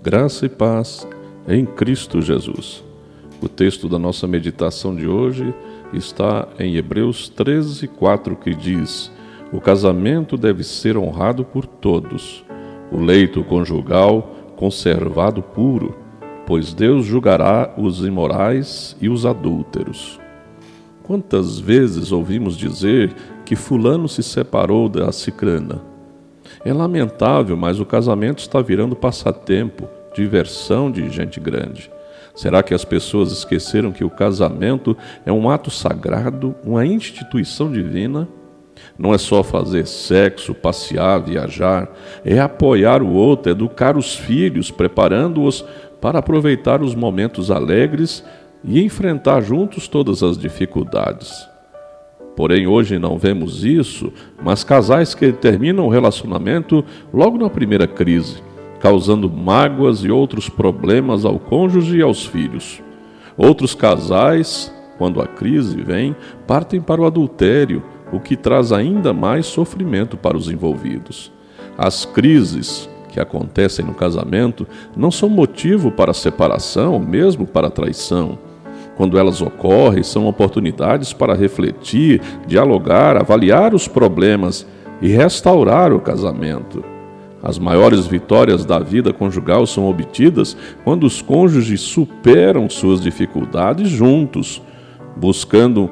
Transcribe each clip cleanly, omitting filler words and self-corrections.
Graça e paz em Cristo Jesus. O texto da nossa meditação de hoje está em Hebreus 13:4, que diz: o casamento deve ser honrado por todos, o leito conjugal conservado puro, pois Deus julgará os imorais e os adúlteros. Quantas vezes ouvimos dizer que fulano se separou da cicrana? É lamentável, mas o casamento está virando passatempo, diversão de gente grande. Será que as pessoas esqueceram que o casamento é um ato sagrado, uma instituição divina? Não é só fazer sexo, passear, viajar, é apoiar o outro, educar os filhos, preparando-os para aproveitar os momentos alegres e enfrentar juntos todas as dificuldades. Porém, hoje não vemos isso, mas casais que terminam o relacionamento logo na primeira crise, causando mágoas e outros problemas ao cônjuge e aos filhos. Outros casais, quando a crise vem, partem para o adultério, o que traz ainda mais sofrimento para os envolvidos. As crises que acontecem no casamento não são motivo para separação, mesmo para traição. Quando elas ocorrem, são oportunidades para refletir, dialogar, avaliar os problemas e restaurar o casamento. As maiores vitórias da vida conjugal são obtidas quando os cônjuges superam suas dificuldades juntos, buscando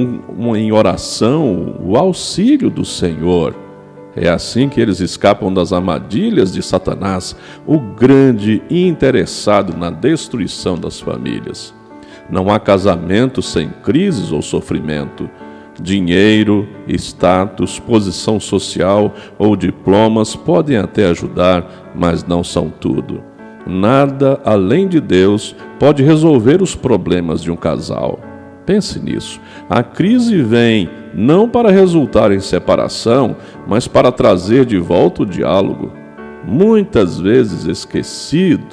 em oração o auxílio do Senhor. É assim que eles escapam das armadilhas de Satanás, o grande interessado na destruição das famílias. Não há casamento sem crises ou sofrimento. Dinheiro, status, posição social ou diplomas podem até ajudar, mas não são tudo. Nada além de Deus pode resolver os problemas de um casal. Pense nisso. A crise vem não para resultar em separação, mas para trazer de volta o diálogo, muitas vezes esquecido,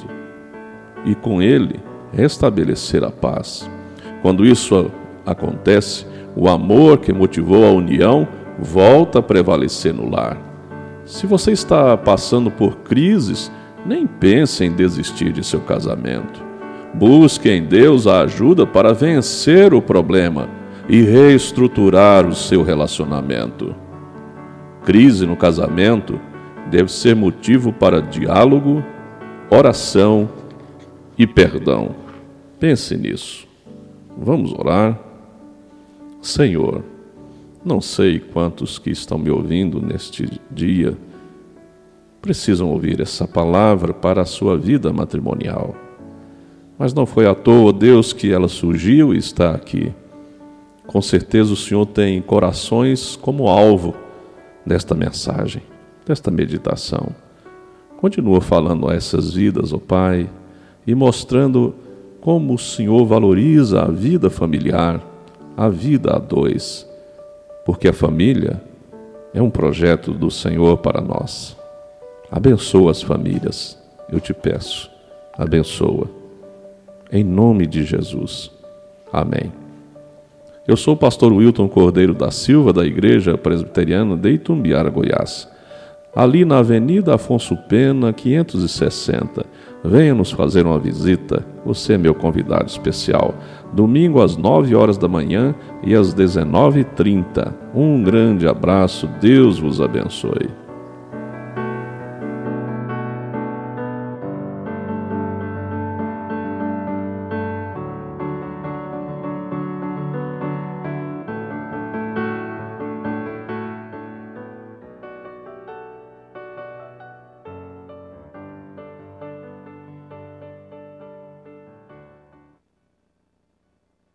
e com ele restabelecer a paz. Quando isso acontece, o amor que motivou a união volta a prevalecer no lar. Se você está passando por crises, nem pense em desistir de seu casamento. Busque em Deus a ajuda para vencer o problema e reestruturar o seu relacionamento. Crise no casamento deve ser motivo para diálogo, oração e perdão. Pense nisso. Vamos orar. Senhor, não sei quantos que estão me ouvindo neste dia precisam ouvir essa palavra para a sua vida matrimonial. Mas não foi à toa, Deus, que ela surgiu e está aqui. Com certeza o Senhor tem corações como alvo desta mensagem, desta meditação. Continua falando a essas vidas, ó Pai, e mostrando como o Senhor valoriza a vida familiar, a vida a dois, porque a família é um projeto do Senhor para nós. Abençoa as famílias, eu te peço, abençoa. Em nome de Jesus. Amém. Eu sou o pastor Wilton Cordeiro da Silva, da Igreja Presbiteriana de Itumbiara, Goiás. Ali na Avenida Afonso Pena, 560. Venha nos fazer uma visita. Você é meu convidado especial. Domingo às 9 horas da manhã e às 19h30. Um grande abraço. Deus vos abençoe.